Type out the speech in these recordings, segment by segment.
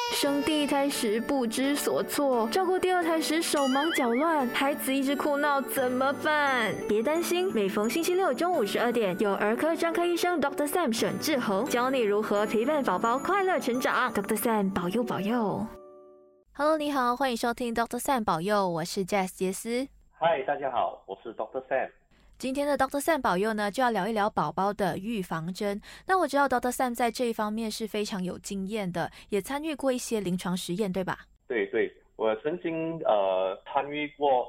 生第一胎时不知所措，照顾第二胎时手忙脚乱，孩子一直哭闹怎么办？别担心，每逢星期六中午12点，有儿科专科医生 Dr. Sam 沈志宏教你如何陪伴宝宝快乐成长。Dr. Sam 保佑保佑。Hello， 你好，欢迎收听 Dr. Sam 保佑，我是 Jess 杰斯。 嗨，大家好，我是 Dr. Sam。 今天的 Dr. Sam 保佑呢，就要聊一聊宝宝的预防针。那我知道 Dr. Sam 在这一方面是非常有经验的，也参与过一些临床实验，对吧？ 对，我曾经参与过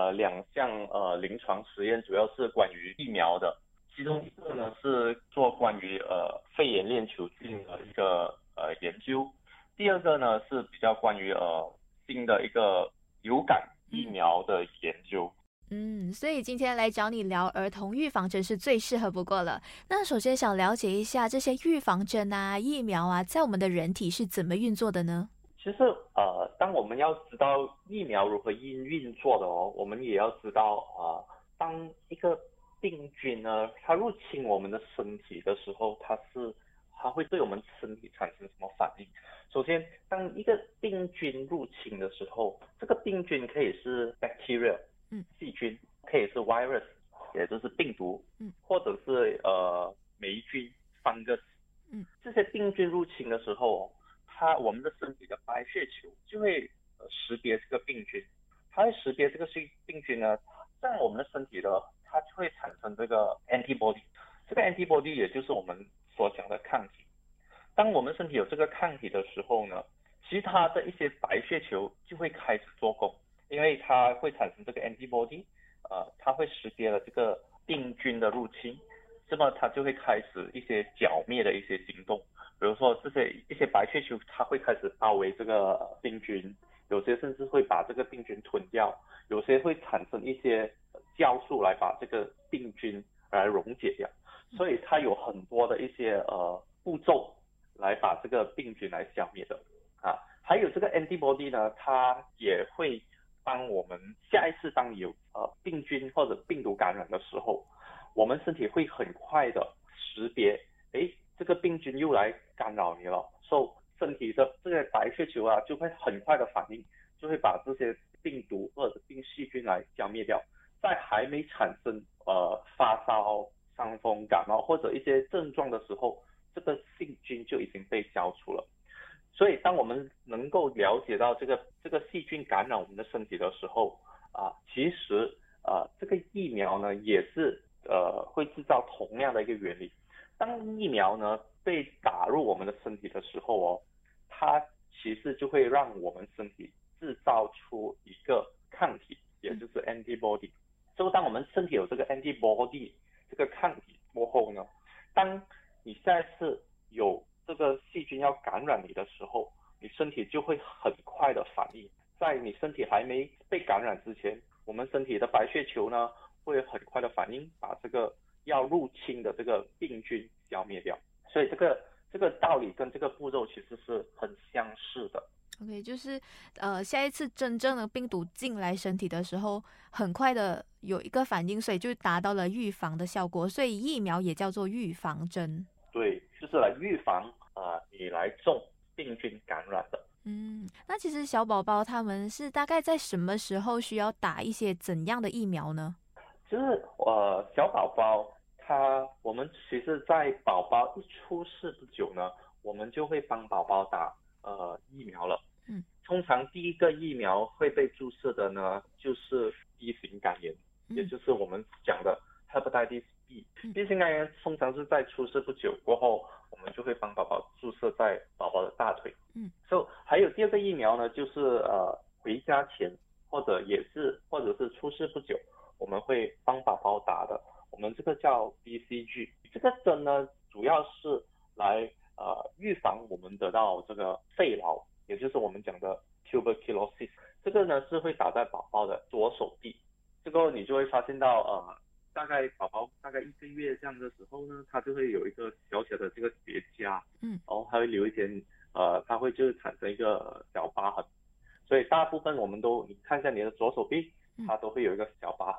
2项临床实验，主要是关于疫苗的。其中一个呢是做关于肺炎链球菌的一个研究，第二个呢是比较关于新的一个流感疫苗的研究。 所以今天来找你聊儿童预防针是最适合不过了。那首先想了解一下这些预防针啊、疫苗啊，在我们的人体是怎么运作的呢？ 其实当我们要知道疫苗如何运作的我们也要知道当一个病菌呢，它入侵我们的身体的时候，它会对我们身体产生什么反应？首先，当一个病菌入侵的时候，这个病菌可以是 bacteria。细菌，可以是 virus， 也就是病毒，或者是霉菌 fungus，这些病菌入侵的时候，我们的身体的白血球就会识别这个病菌，它会识别这个病菌呢，在我们的身体的，它就会产生这个 antibody， 这个 antibody 也就是我们所讲的抗体。当我们身体有这个抗体的时候呢，其他的一些白血球就会开始做工。因为它会产生这个 antibody， 它会识别了这个病菌的入侵，那么它就会开始一些剿灭的一些行动。比如说一些白血球，它会开始包围这个病菌，有些甚至会把这个病菌吞掉，有些会产生一些酵素来把这个病菌来溶解掉。所以它有很多的一些步骤来把这个病菌来消灭的还有这个 antibody 呢，它也会当我们下一次当有病菌或者病毒感染的时候，我们身体会很快的识别，这个病菌又来干扰你了，所以身体的这些白血球就会很快的反应，就会把这些病毒或者细菌来消灭掉，在还没产生发烧、伤风、感冒或者一些症状的时候，这个细菌就已经被消除了。所以当我们能够了解到这个细菌感染我们的身体的时候其实这个疫苗呢也是会制造同样的一个原理。当疫苗呢被打入我们的身体的时候它其实就会让我们身体制造出一个抗体，也就是 antibody。所以当我们身体有这个 antibody 这个抗体过后呢，当你下一次有这个细菌要感染你的时候，你身体就会很快的反应。在你身体还没被感染之前，我们身体的白血球呢会很快的反应，把这个要入侵的这个病菌消灭掉。所以这个道理跟这个步骤其实是很相似的。 OK， 就是下一次真正的病毒进来身体的时候，很快的有一个反应，所以就达到了预防的效果。所以疫苗也叫做预防针。 对，就是来预防你来中病菌感染的。 那其实小宝宝他们是大概在什么时候需要打一些怎样的疫苗呢？ 就是小宝宝我们其实在宝宝一出世不久呢，我们就会帮宝宝打疫苗了。通常第一个疫苗会被注射的呢，就是 B 型肝炎，也就是我们讲的 Hepatitis B。B 型肝炎通常是在出世不久过后，我们就会帮宝宝注射在宝宝的大腿。所以还有第二个疫苗呢，就是回家前或者是出世不久，我们会帮宝宝打的。我们这个叫 BCG。这个针呢，主要是来预防我们得到这个肺痨，也就是我们讲的 tuberculosis。这个呢是会打在宝宝的左手臂。这个你就会发现到大概宝宝大概1个月这样的时候呢，它就会有一个小小的这个结痂，然后还会留一点它会就是产生一个小疤痕。所以大部分我们你看一下你的左手臂，它都会有一个小疤痕的。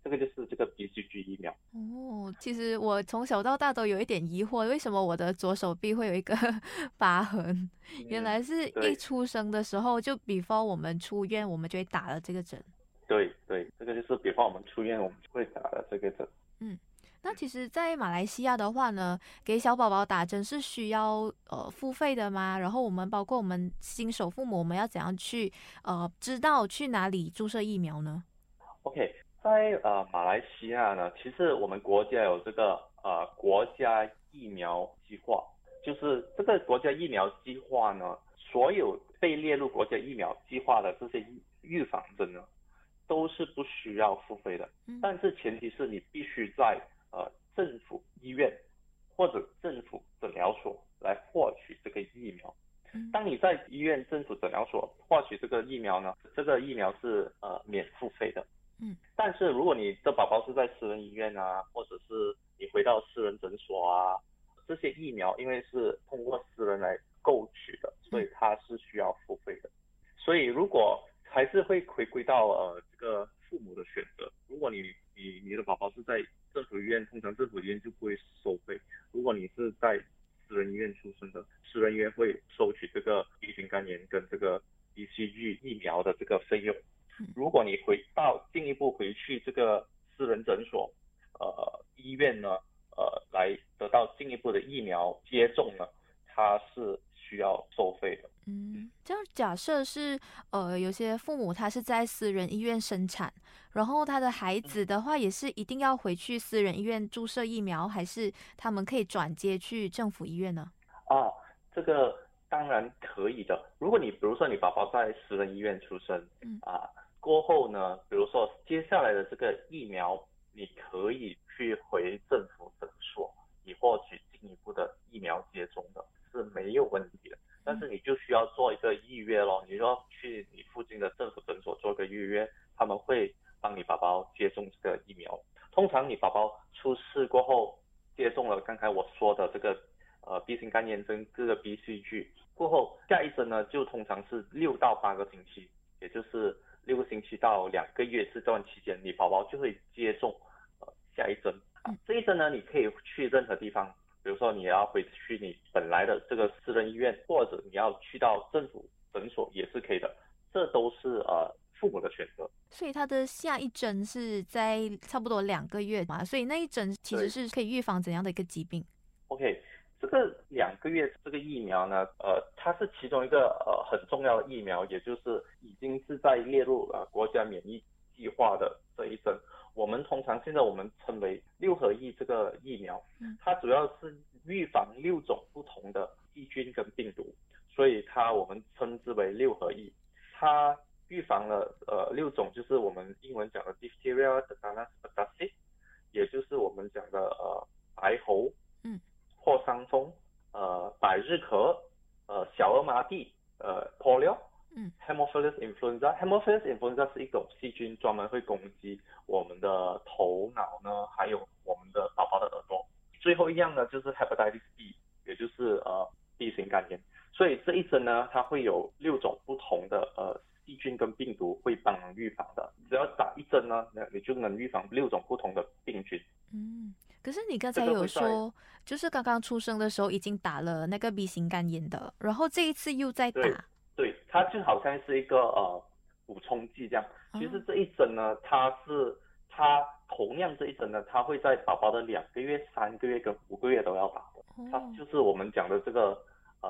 这个就是这个 BCG 疫苗。 其实我从小到大都有一点疑惑，为什么我的左手臂会有一个疤痕？原来是一出生的时候，就 before 我们出院，我们就会打了这个针。 对，这个就是 before 我们出院，我们就会打了这个针。 那其实，在马来西亚的话呢，给小宝宝打针是需要付费的吗？然后我们包括我们新手父母，我们要怎样去知道去哪里注射疫苗呢 ？OK， 在马来西亚呢，其实我们国家有这个国家疫苗计划，就是这个国家疫苗计划呢，所有被列入国家疫苗计划的这些预防针呢，都是不需要付费的。但是前提是你必须在政府医院或者政府诊疗所来获取这个疫苗。当你在医院、政府诊疗所获取这个疫苗呢，这个疫苗是免付费的。但是如果你的宝宝是在私人医院啊，或者是你回到私人诊所啊，这些疫苗因为是通过私人来购取的，所以它是需要付费的。所以如果还是会回归到这个父母的选择。如果你的宝宝是在政府医院，通常政府医院就不会收费。如果你是在私人医院出生的，私人医院会收取这个乙型肝炎跟这个 BCG 疫苗的这个费用。如果你进一步回去这个私人诊所、医院呢，来得到进一步的疫苗接种呢，它是需要收费的。 这样假设是有些父母他是在私人医院生产，然后他的孩子的话也是一定要回去私人医院注射疫苗，还是他们可以转接去政府医院呢？ 这个当然可以的。如果比如说你宝宝在私人医院出生，过后呢，比如说接下来的这个疫苗，你可以去回政府诊所，以获取进一步的疫苗接种的，是没有问题的。但是你就需要做一个预约咯，你要去你附近的政府诊所做个预约，他们会帮你宝宝接种这个疫苗。通常你宝宝出世过后接种了刚才我说的这个B 型肝炎针这个 BCG 过后，下一针呢就通常是6到8个星期，也就是6个星期到2个月这段期间，你宝宝就会接种下一针。这一针呢，你可以去任何地方，比如说你要回去你本来的这个私人医院，或者你要去到政府诊所也是可以的，这都是父母的选择。 所以他的下一针是在差不多2个月嘛，所以那一针其实是可以预防怎样的一个疾病 ？OK， 这个2个月这个疫苗呢，它是其中一个很重要的疫苗，也就是已经是在列入国家免疫计划的这一针。我们通常现在我们称为6合1这个疫苗，它主要是预防6种不同的细菌跟病毒，所以我们称之为6合1。它预防了6种，就是我们英文讲的 diphtheria, tetanus, pertussis， 也就是我们讲的白喉、破伤风、百日咳、小儿麻痹、polio。Haemophilus influenza。Haemophilus influenza 是一种细菌，专门会攻击我们的头脑呢，还有我们的宝宝的耳朵。最后一样呢，就是 Hepatitis B， 也就是B 型肝炎。所以这一针呢，它会有6种不同的细菌跟病毒会帮忙预防的。只要打一针呢，你就能预防6种不同的病菌。 可是你刚才有说，就是刚刚出生的时候已经打了那个 B 型肝炎的，然后这一次又在打。 对，它就好像是一个补充剂这样。其实这一针呢，它同样这一针呢，它会在宝宝的2个月、3个月跟5个月都要打的。它就是我们讲的这个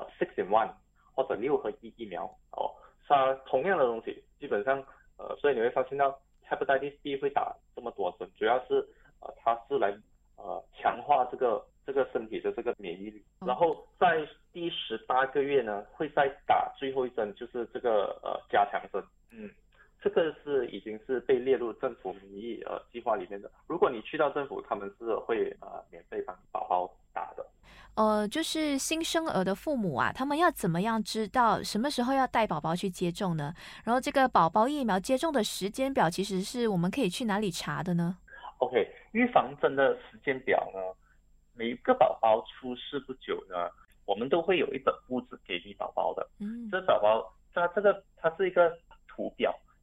6 in 1或者6合1疫苗它同样的东西，基本上所以你会发现到 Hepatitis B 会打这么多针，主要是它是来强化这个身体的这个免疫力。然后在第18个月呢，会再打最后一针，就是这个加强针。这个已经是被列入政府免疫计划里面的。如果你去到政府，他们是会免费帮宝宝打的。 就是新生儿的父母啊，他们要怎么样知道什么时候要带宝宝去接种呢？然后这个宝宝疫苗接种的时间表，其实是我们可以去哪里查的呢？ OK， 预防针的时间表呢，每一个宝宝出世不久呢，我们都会有一本布置给你宝宝的。这宝宝它是一个图表，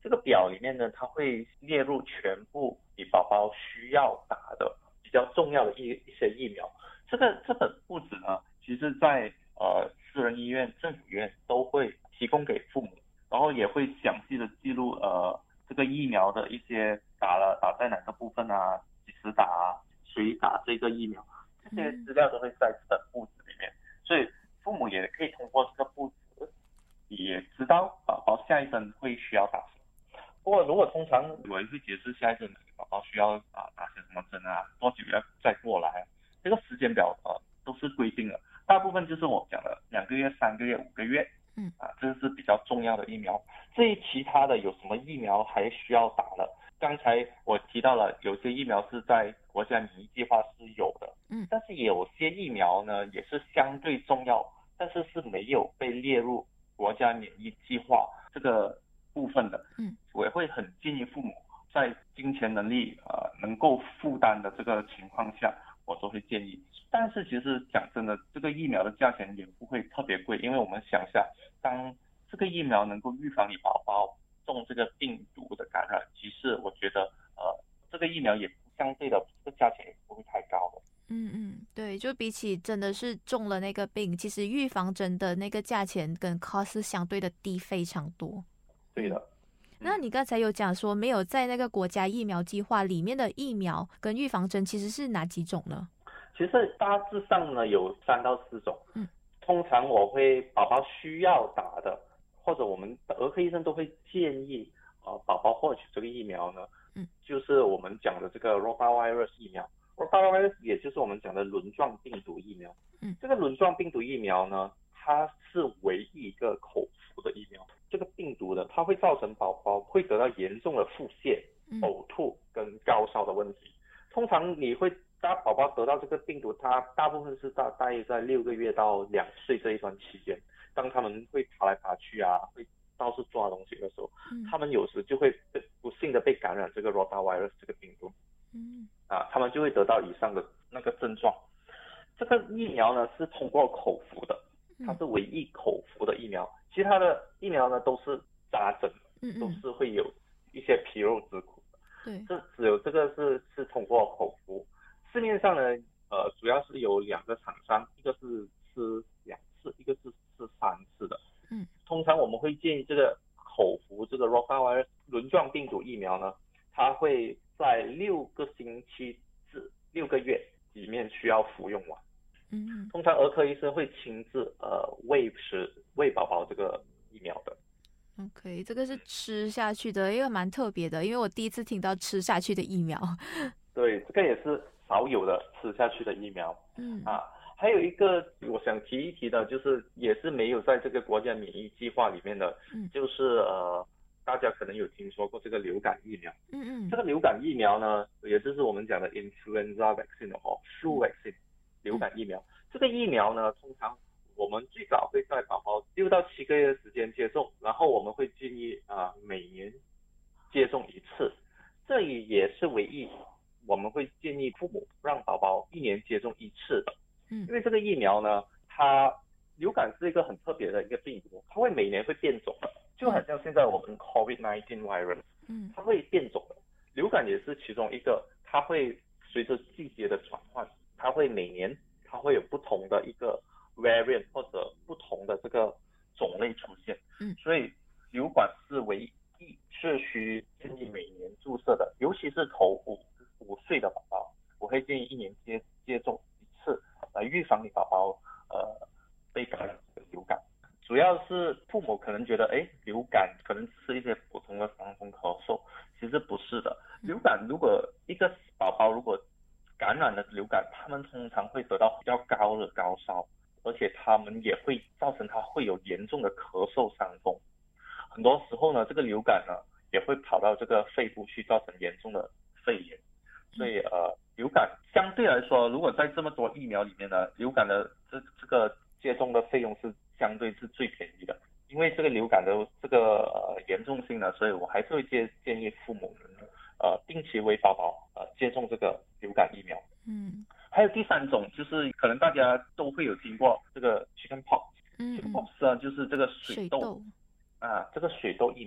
这个表里面呢，它会列入全部你宝宝需要打的比较重要的一些疫苗。这本布子呢，其实在私人医院、政府医院都会提供给父母，然后也会详细的记录这个疫苗的一些打在哪个部分啊，几时打啊，谁打这个疫苗，这些资料都会在这本布子里面，所以父母也可以通过这个布子也知道宝宝下一针会需要打什么。不过如果通常我也会解释下一针宝宝需要打些什么针啊，多久要再过来，这个时间表都是规定的，大部分就是我讲的2个月、3个月、5个月，这个是比较重要的疫苗。至于其他的有什么疫苗还需要打的，刚才我提到了有些疫苗是在国家免疫计划是有的，但是有些疫苗呢也是相对重要，但是是没有被列入国家免疫计划这个部分的。我也会很建议父母在金钱能力能够负担的这个情况下，我都会建议。但是其实讲真的，这个疫苗的价钱也不会特别贵，因为我们想一下，当这个疫苗能够预防你宝宝中这个病毒的感染，其实我觉得这个疫苗也相对的这个价钱也不会太高的。 对，就比起真的是中了那个病，其实预防针的那个价钱跟 cost 相对的低非常多。 对的。 那你刚才有讲说没有在那个国家疫苗计划里面的疫苗跟预防针其实是哪几种呢？ 其实大致上呢有3到4种。通常我会宝宝需要打的，或者我们儿科医生都会建议宝宝获取这个疫苗呢，就是我们讲的这个 rotavirus 疫苗。rotavirus 也就是我们讲的轮状病毒疫苗。这个轮状病毒疫苗呢，它是唯一一个口服的疫苗。这个病毒呢，它会造成宝宝会得到严重的腹泻、呕吐跟高烧的问题。通常你会宝宝得到这个病毒，它大部分是大约在6个月到2岁这一段期间，当他们会爬来爬去啊，会到处抓东西的时候，他们有时就会不幸的被感染这个 rotavirus 这个病毒，他们就会得到以上的那个症状。这个疫苗呢是通过口服的，它是唯一口服的疫苗，其他的疫苗呢都是扎针，都是会有一些皮肉之苦的。这只有这个是通过口服。市面上呢，主要是有2个厂商，一个是吃2次，一个是吃3次的。通常我们会建议这个口服这个 rotavirus 轮状病毒疫苗呢，它会在6个星期至6个月里面需要服用完。通常儿科医生会亲自喂宝宝这个疫苗的。 OK， 这个是吃下去的，因为蛮特别的，因为我第一次听到吃下去的疫苗。 对，这个也是少有的吃下去的疫苗。还有一个我想提一提的，就是也是没有在这个国家免疫计划里面的，就是大家可能有听说过这个流感疫苗。这个流感疫苗呢，也就是我们讲的 influenza vaccine flu vaccine 流感疫苗。这个疫苗呢，通常我们最早会在宝宝6到7个月的时间接种，然后我们会建议每年接种1次，这也是唯一我们会建议父母让宝宝1年接种1次的。因为这个疫苗呢，它流感是一个很特别的一个病毒，它会每年会变种的，就好像现在我们 COVID-19 virus，它会变种的。流感也是其中一个，它会随着季节的转换，它会每年它会有不同的一个 variant 或者不同的这个种类出现。所以流感是唯一是需建议每年注射的，尤其是头5岁的宝宝，我会建议1年接种1次，来预防你宝宝被感染流感。主要是父母可能觉得流感可能是一些普通的伤风咳嗽，其实不是的。流感如果一个宝宝如果感染了流感，他们通常会得到比较高的高烧，而且他们也会造成他会有严重的咳嗽伤风。很多时候呢，这个流感呢也会跑到这个肺部去，造成严重的肺炎。所以流感相对来说，如果在这么多疫苗里面呢，流感的这个接种的费用是相对是最便宜的。因为这个流感的这个严重性呢，所以我还是会建议父母定期为宝宝接种这个流感疫苗。还有第3种就是可能大家都会有听过这个 chickenpox。chickenpox 呢就是这个水痘。这个水痘疫苗。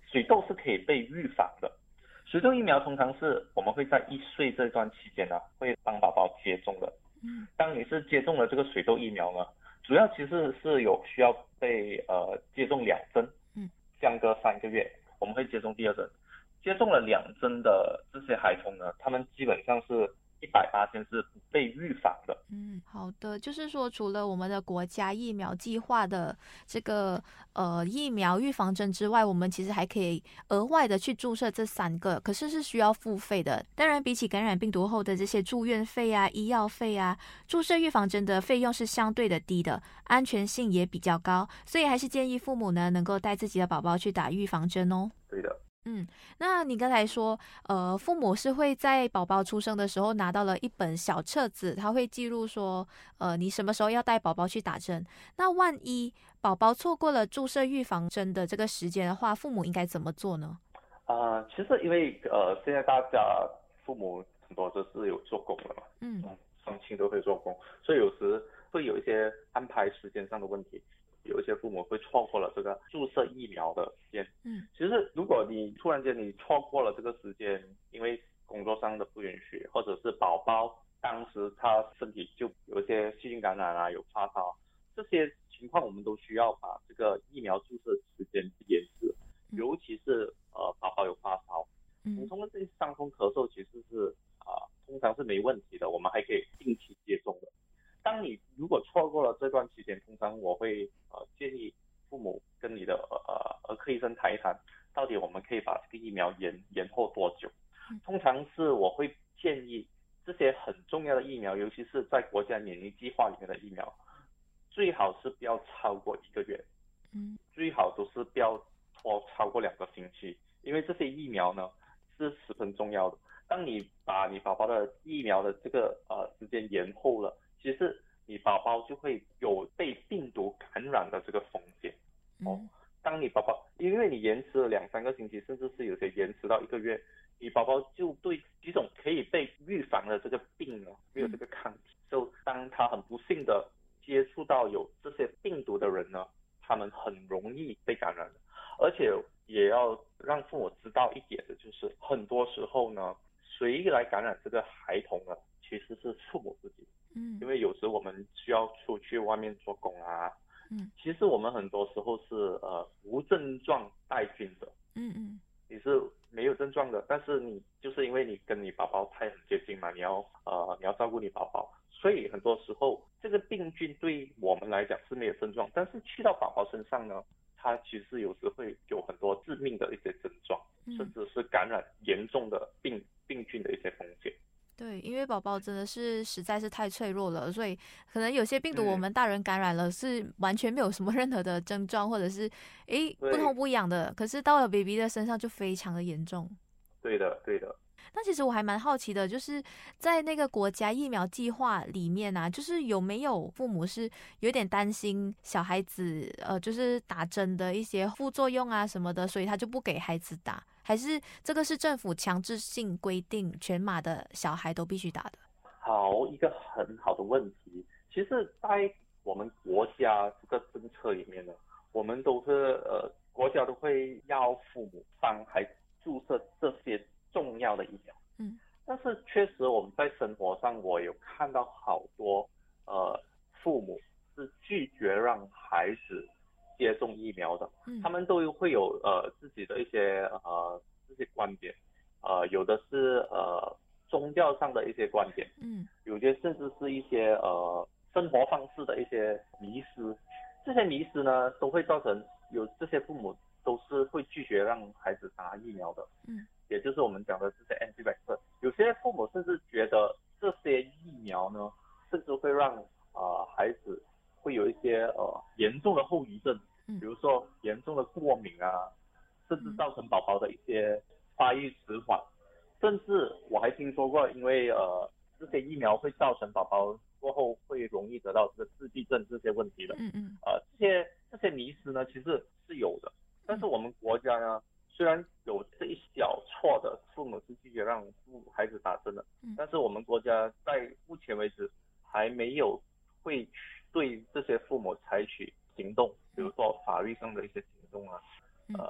水痘是可以被预防的。水痘疫苗通常是我们会在1岁这段期间呢，会帮宝宝接种的。当你是接种了这个水痘疫苗呢，主要其实是有需要被接种2针，相隔3个月我们会接种第2针。接种了2针的这些孩童呢，他们基本上是100%是不被预防的。 好的，就是说除了我们的国家疫苗计划的这个疫苗预防针之外，我们其实还可以额外的去注射这3个，可是是需要付费的。当然比起感染病毒后的这些住院费啊、医药费啊，注射预防针的费用是相对的低的，安全性也比较高，所以还是建议父母呢能够带自己的宝宝去打预防针哦。 对的。 那你刚才说，父母是会在宝宝出生的时候拿到了一本小册子，他会记录说，你什么时候要带宝宝去打针。那万一宝宝错过了注射预防针的这个时间的话，父母应该怎么做呢？ 其实因为现在大家父母很多都是有做工的嘛，双亲都会做工，所以有时会有一些安排时间上的问题。有一些父母会错过了这个注射疫苗的时间。其实如果你突然间你错过了这个时间，因为工作上的不允许，或者是宝宝当时他身体就有一些细菌感染啊，有发烧，这些情况我们都需要把这个疫苗注射时间延迟。尤其是宝宝有发烧，普通的这些伤风咳嗽其实是通常是没问题的，我们还可以定期接种的。当你如果错过了这段期间，通常我会建议父母跟你的儿科医生谈一谈，到底我们可以把这个疫苗延后多久。通常是我会建议这些很重要的疫苗，尤其是在国家免疫计划里面的疫苗，最好是不要超过1个月，最好都是不要拖超过2个星期，因为这些疫苗呢是十分重要的。当你把你宝宝的疫苗的这个时间延后了，其实你宝宝就会有被病毒感染的这个风险。当你宝宝因为你延迟了2-3个星期，甚至是有些延迟到1个月，你宝宝就对几种可以被预防的这个病呢没有这个抗体，就当他很不幸的接触到有这些病毒的人呢，他们很容易被感染的。而且也要让父母知道一点的就是，很多时候呢，谁来感染这个孩童呢，其实是父母自己。因为有时我们需要出去外面做工啊，其实我们很多时候是无症状带菌的。你是没有症状的，但是你就是因为你跟你宝宝太很接近嘛，你要照顾你宝宝，所以很多时候这个病菌对我们来讲是没有症状，但是去到宝宝身上呢，它其实有时会有很多致命的一些症状，甚至是感染严重的病菌的一些风险。 对，因为宝宝真的是实在是太脆弱了，所以可能有些病毒我们大人感染了是完全没有什么任何的症状，或者是不痛不痒的，可是到了 baby 的身上就非常的严重。 对的，对的。 那其实我还蛮好奇的，就是在那个国家疫苗计划里面啊，就是有没有父母是有点担心小孩子就是打针的一些副作用啊什么的，所以他就不给孩子打，还是这个是政府强制性规定全马的小孩都必须打的？ 好，一个很好的问题。其实在我们国家这个政策里面呢，我们都是国家都会要父母帮孩子注射这些重要的疫苗。但是确实我们在生活上我有看到好多父母是拒绝让孩子接种疫苗的。他们都会有自己的一些这些观点，有的是宗教上的一些观点，有些甚至是一些生活方式的一些迷思。这些迷思呢都会造成有这些父母都是会拒绝让孩子打疫苗的。也就是我们讲的这些 anti-vaxxer。有些父母甚至觉得这些疫苗呢，甚至会让孩子会有一些严重的后遗症，比如说严重的过敏啊，甚至造成宝宝的一些发育迟缓，甚至我还听说过，因为这些疫苗会造成宝宝过后会容易得到这个自闭症这些问题的。这些迷思呢其实是有的，但是我们国家呢，虽然有这一小撮的父母是拒绝让孩子打针的，但是我们国家在目前为止还没有会对这些父母采取行动，比如说法律上的一些行动啊。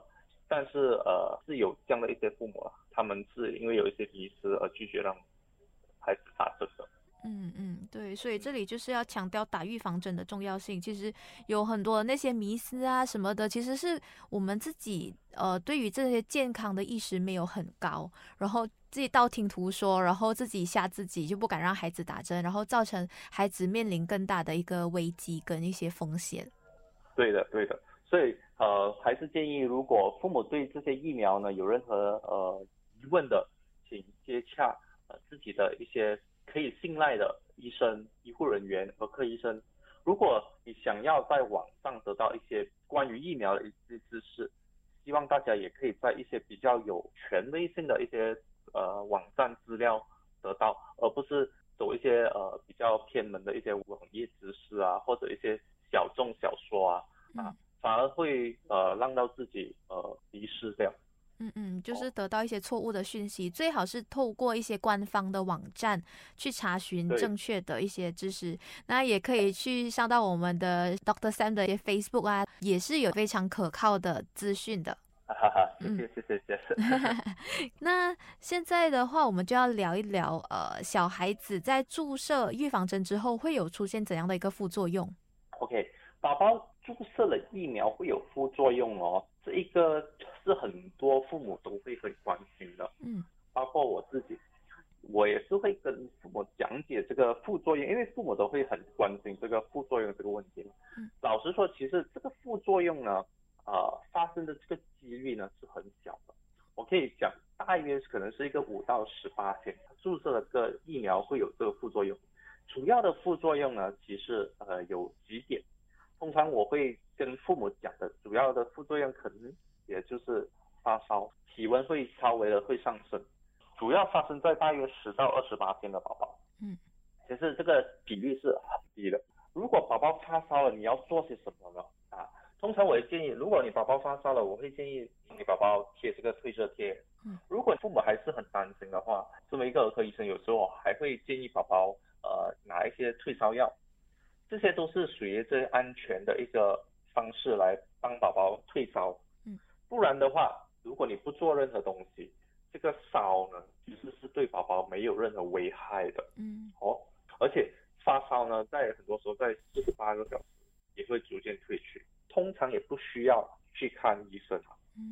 但是是有这样的一些父母他们是因为有一些迷思而拒绝让孩子打针的。 对，所以这里就是要强调打预防针的重要性。其实有很多那些迷思啊什么的，其实是我们自己对于这些健康的意识没有很高，然后自己道听途说，然后自己吓自己，就不敢让孩子打针，然后造成孩子面临更大的一个危机跟一些风险。 对的，所以还是建议，如果父母对这些疫苗呢有任何疑问的，请接洽自己的一些可以信赖的医生、医护人员、儿科医生。如果你想要在网上得到一些关于疫苗的一些知识，希望大家也可以在一些比较有权威性的一些网站资料得到，而不是走一些比较偏门的一些网页知识啊，或者一些小众小说啊，反而会让到自己迷失掉。 就是得到一些错误的讯息，最好是透过一些官方的网站去查询正确的一些知识。那也可以去上到我们的 Dr. Sam 的一些 Facebook 啊，也是有非常可靠的资讯的。 谢谢。 那现在的话，我们就要聊一聊小孩子在注射预防针之后会有出现怎样的一个副作用。 OK， 宝宝注射了疫苗会有副作用哦，这一个是很多父母都会很关心的。包括我自己，我也是会跟父母讲解这个副作用，因为父母都会很关心这个副作用这个问题。老实说，其实这个副作用呢，发生的这个几率呢是很小的。我可以讲，大约可能是一个5到18%，注射了个疫苗会有这个副作用。主要的副作用呢，其实有几点。通常我会跟父母讲的主要的副作用，可能也就是发烧，体温会稍微的会上升，主要发生在大约10到28天的宝宝。其实这个比率是很低的。如果宝宝发烧了，你要做些什么呢？通常我会建议，如果你宝宝发烧了，我会建议你宝宝贴这个退热贴。如果父母还是很担心的话，作为一个儿科医生，有时候还会建议宝宝拿一些退烧药，这些都是属于最安全的一个方式来帮宝宝退烧。不然的话，如果你不做任何东西，这个烧呢其实是对宝宝没有任何危害的。而且发烧呢，在很多时候在48个小时也会逐渐退去，通常也不需要去看医生。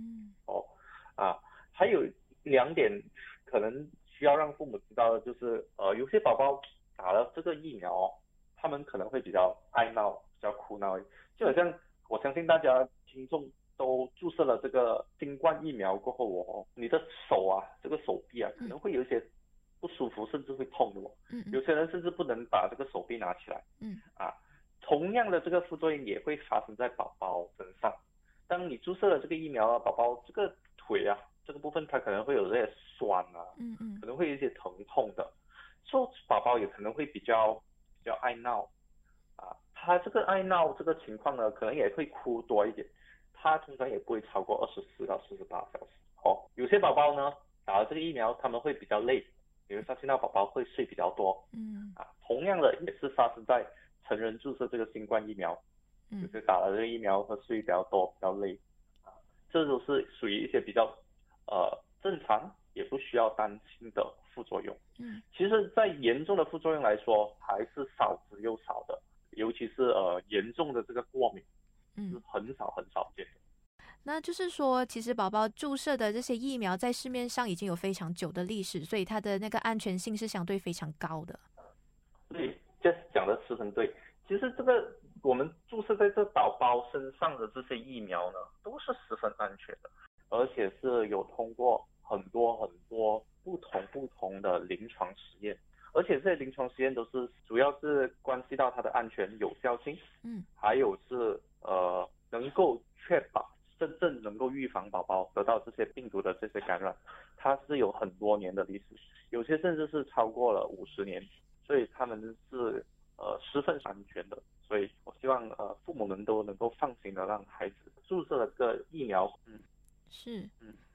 还有2点可能需要让父母知道的，就是有些宝宝打了这个疫苗他们可能会比较爱闹，比较哭闹，就好像我相信大家听众都注射了这个新冠疫苗过后你的手这个手臂可能会有一些不舒服，甚至会痛的有些人甚至不能把这个手臂拿起来。同样的这个副作用也会发生在宝宝身上。当你注射了这个疫苗宝宝这个腿这个部分它可能会有这些酸可能会有一些疼痛的，所以宝宝也可能会比较爱闹他这个爱闹这个情况呢，可能也会哭多一点，他通常也不会超过24到48小时。有些宝宝呢打了这个疫苗他们会比较累，你会发现到宝宝会睡比较多。同样的也是发生在成人注射这个新冠疫苗，就是打了这个疫苗会睡比较多，比较累。这都是属于一些比较正常也不需要担心的副作用。其实在严重的副作用来说还是少之又少的，尤其是严重的这个过敏是很少见的。 那就是说，其实宝宝注射的这些疫苗在市面上已经有非常久的历史，所以它的那个安全性是相对非常高的。 对，这讲的十分对。其实这个我们注射在这宝宝身上的这些疫苗呢，都是十分安全的，而且是有通过很多不同的临床实验，而且这些临床实验都是主要是关系到它的安全有效性，还有是能够确保真正能够预防宝宝得到这些病毒的这些感染，它是有很多年的历史，有些甚至是超过了50年，所以他们是十分安全的。所以我希望父母们都能够放心的让孩子注射了这个疫苗。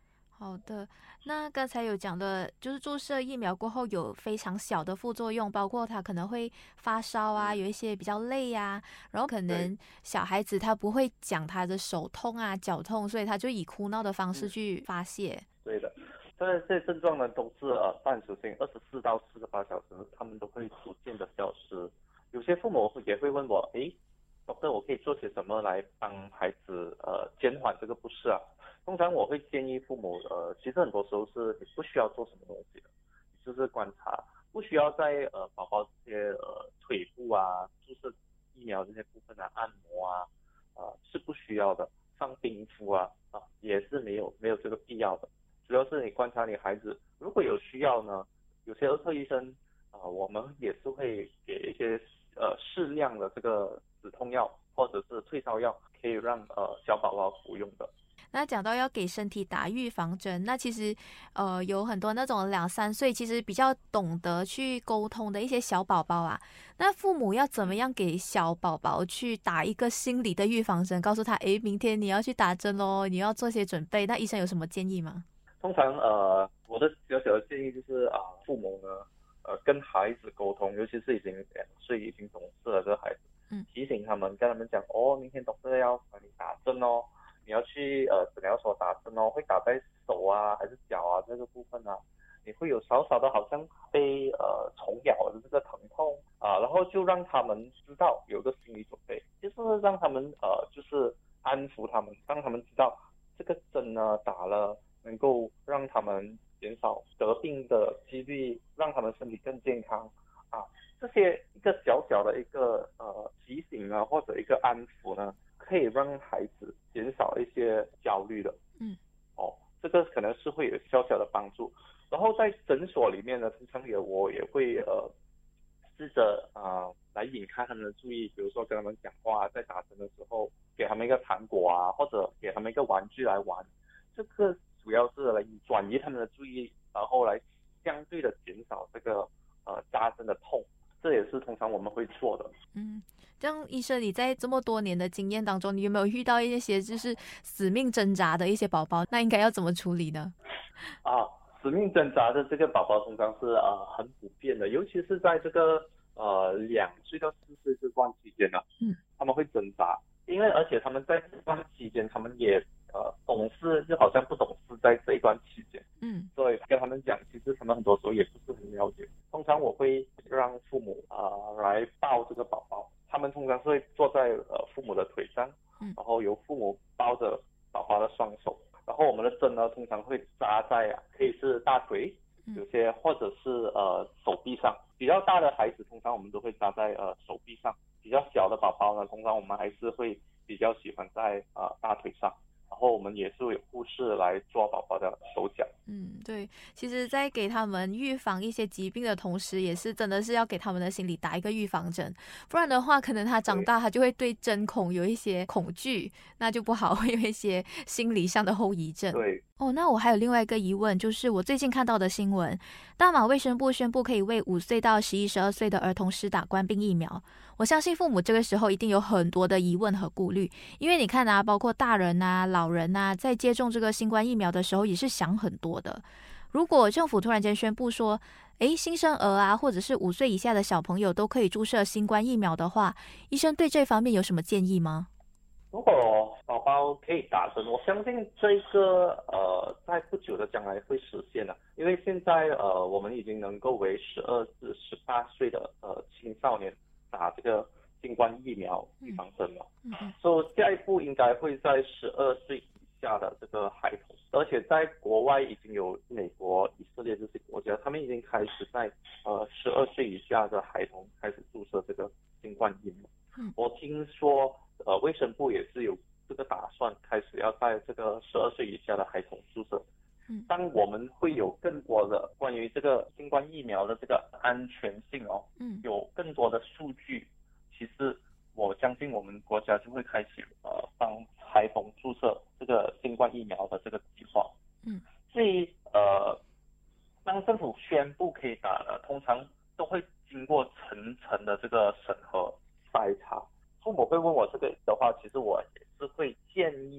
好的，那刚才有讲的，就是注射疫苗过后有非常小的副作用，包括他可能会发烧啊，有一些比较累啊，然后可能小孩子他不会讲他的手痛啊、脚痛，所以他就以哭闹的方式去发泄。 对的，这些症状呢都是暂时性，24到48小时，他们都会逐渐的消失。有些父母也会问我，doctor，我可以做些什么来帮孩子减缓这个不适啊？通常我会建议父母，其实很多时候是你不需要做什么东西的，你就是观察，不需要在宝宝这些腿部啊、注射疫苗这些部分啊、按摩啊，是不需要的，上冰敷也是没有这个必要的。主要是你观察你孩子，如果有需要呢，有些儿科医生我们也是会给一些适量的这个止痛药或者是退烧药，可以让小宝宝服用的。 那讲到要给身体打预防针，那其实有很多那种2、3岁其实比较懂得去沟通的一些小宝宝啊，那父母要怎么样给小宝宝去打一个心理的预防针，告诉他明天你要去打针哦，你要做些准备，那医生有什么建议吗？ 通常我的小小的建议就是父母呢跟孩子沟通，尤其是已经2岁已经懂事了这个孩子，提醒他们，跟他们讲明天doctor要帮你打针哦，你要去诊疗所打针哦，会打在手啊还是脚啊这个部分啊，你会有少少的好像被虫咬的这个疼痛然后就让他们知道有个心理准备，就是让他们就是安抚他们，让他们知道这个针呢打了能够让他们减少得病的几率，让他们身体更健康这些一个小小的一个提醒啊，或者一个安抚呢，可以让孩子减少一些焦虑的。这个可能是会有小小的帮助。然后在诊所里面呢，通常我也会试着来引开他们的注意，比如说跟他们讲话，在打针的时候给他们一个糖果啊，或者给他们一个玩具来玩，这个主要是来转移他们的注意，然后来相对的减少这个扎针的痛，这也是通常我们会做的。 这样医生，你在这么多年的经验当中，你有没有遇到一些就是死命挣扎的一些宝宝？那应该要怎么处理呢？ 死命挣扎的这个宝宝通常是很普遍的，尤其是在这个2岁到4岁这段期间呢，他们会挣扎，因为而且他们在这段期间，他们也懂事，就好像不懂事在这一段期间，所以跟他们讲，其实他们很多时候也不是很了解。通常我会让父母来抱这个宝宝，他们通常是会坐在父母的腿上，然后由父母抱着宝宝的双手，然后我们的针呢通常会扎在可以是大腿，有些或者是手臂上。比较大的孩子通常我们都会扎在手臂上，比较小的宝宝呢，通常我们还是会比较喜欢在大腿上。然后我们也是有护士来抓宝宝的手脚。 对，其实在给他们预防一些疾病的同时，也是真的是要给他们的心理打一个预防针，不然的话可能他长大他就会对针孔有一些恐惧，那就不好，会有一些心理上的后遗症。 对。 那我还有另外一个疑问，就是我最近看到的新闻，大马卫生部宣布可以为5岁到11、12岁的儿童施打冠病疫苗。我相信父母这个时候一定有很多的疑问和顾虑，因为你看包括大人老人在接种这个新冠疫苗的时候也是想很多的。如果政府突然间宣布说，新生儿或者是5岁以下的小朋友都可以注射新冠疫苗的话，医生对这方面有什么建议吗？ 如果宝宝可以打针，我相信这个在不久的将来会实现的，因为现在我们已经能够为12至18岁的青少年打这个新冠疫苗预防针了。所以下一步应该会在12岁以下的这个孩童，而且在国外已经有美国、以色列这些国家，他们已经开始在12岁以下的孩童开始注射这个新冠疫苗。我听说卫生部也是有这个打算，开始要在这个12岁以下的孩童注射。当我们会有更多的关于这个新冠疫苗的这个安全性有更多的数据，其实我相信我们国家就会开始帮孩童注射这个新冠疫苗的这个计划。至于当政府宣布可以打了，通常都会经过层层的这个审核筛查。父母会问我这个的话，其实我也是会建议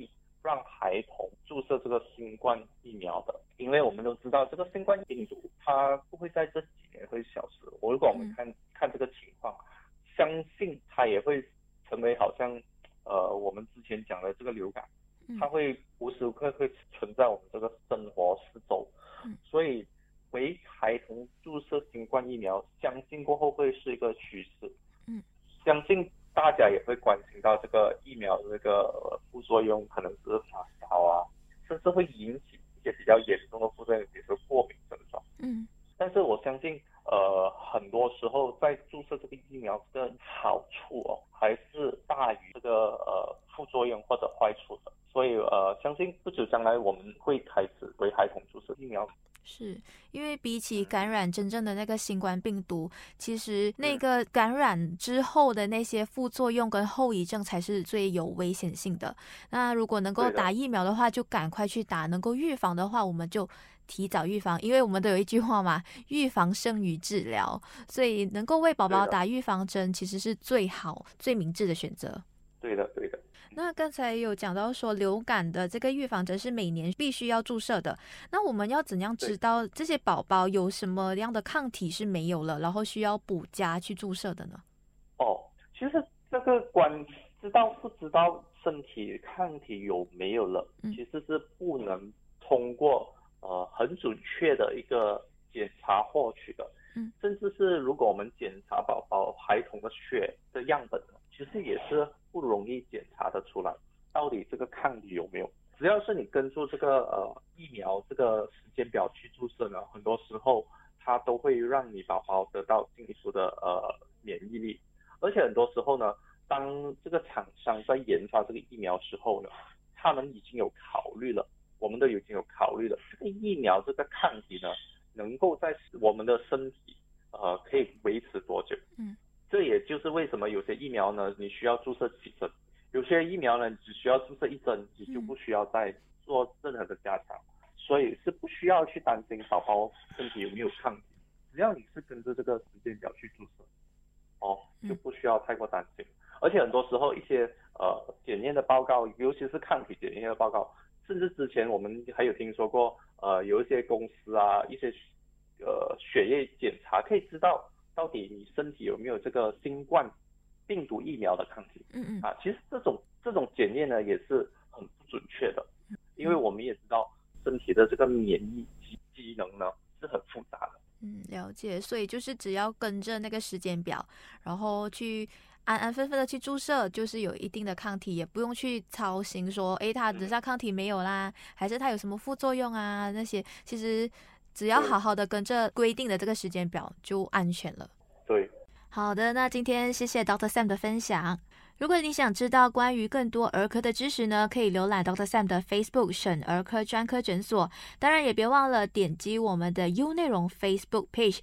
让孩童注射这个新冠疫苗的，因为我们都知道这个新冠病毒它不会在这几年会消失。如果我们看这个情况，相信它也会成为好像我们之前讲的这个流感，它会无时无刻会存在我们这个生活四周，所以为孩童注射新冠疫苗，相信过后会是一个趋势。相信大家也会关心到这个疫苗的这个副作用，可能是发烧啊，甚至会引起一些比较严重的副作用，比如说过敏症状。但是我相信很多时候在注射这个疫苗的好处还是大于这个副作用或者坏处的。所以相信不久将来我们会开始为孩童注射疫苗。 是因为比起感染真正的那个新冠病毒，其实那个感染之后的那些副作用跟后遗症才是最有危险性的。那如果能够打疫苗的话，就赶快去打；能够预防的话，我们就提早预防。因为我们都有一句话嘛，预防胜于治疗，所以能够为宝宝打预防针，其实是最好、最明智的选择。 对的，对的。 那刚才有讲到说流感的这个预防针是每年必须要注射的，那我们要怎样知道这些宝宝有什么样的抗体是没有了，然后需要补加去注射的呢？ 其实这个知道不知道身体抗体有没有了，其实是不能通过很准确的一个检查获取的。甚至是如果我们检查宝宝孩童的血的样本，其实也是不容易检查得出来到底这个抗体有没有。只要是你跟住这个疫苗这个时间表去注射呢，很多时候它都会让你宝宝得到进一步的免疫力。而且很多时候呢，当这个厂商在研发这个疫苗时候呢，他们已经有考虑了，我们都已经有考虑了这个疫苗这个抗体呢，能够在我们的身体可以维持多久。这也就是为什么有些疫苗呢，你需要注射几针，有些疫苗呢，你只需要注射1针，你就不需要再做任何的加强，所以是不需要去担心宝宝身体有没有抗体，只要你是跟着这个时间表去注射，就不需要太过担心。而且很多时候一些检验的报告，尤其是抗体检验的报告，甚至之前我们还有听说过有一些公司啊，一些血液检查可以知道到底你身体有没有这个新冠病毒疫苗的抗体。其实这种检验呢也是很不准确的，因为我们也知道身体的这个免疫机能呢是很复杂的。 了解。所以就是只要跟着那个时间表，然后去安安分分的去注射，就是有一定的抗体，也不用去操心说他等下抗体没有啦，还是他有什么副作用啊，那些其实只要好好的跟着规定的这个时间表就安全了。 对， 好的，那今天谢谢 Dr. Sam 的分享。如果你想知道关于更多儿科的知識呢，可以瀏览 Dr. Sam 的 Facebook 省儿科專科診所。當然也別忘了點擊我們的 U 內容 Facebook page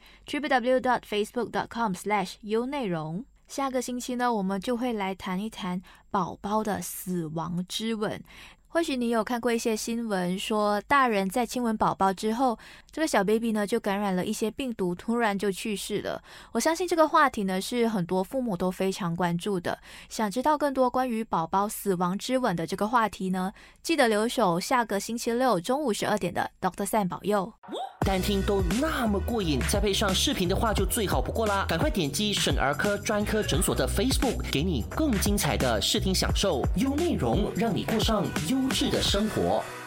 www.facebook.com/U 內容。下個星期呢，我們就會來談一談寶寶的死亡之吻。或許你有看過一些新聞說大人在親吻寶寶之後，這個小 baby 呢就感染了一些病毒，突然就去世了。我相信這個話題呢是很多父母都非常關注的。想知道更多關於寶寶死亡之吻的這個話題呢，記得留守下個星期六中午12點的 Dr. Sam 保佑。 單聽都那麼過癮，再配上視頻的話就最好不過啦！趕快點擊省兒科專科診所的 Facebook， 給你更精彩的視聽享受，優內容讓你過上優質的生活。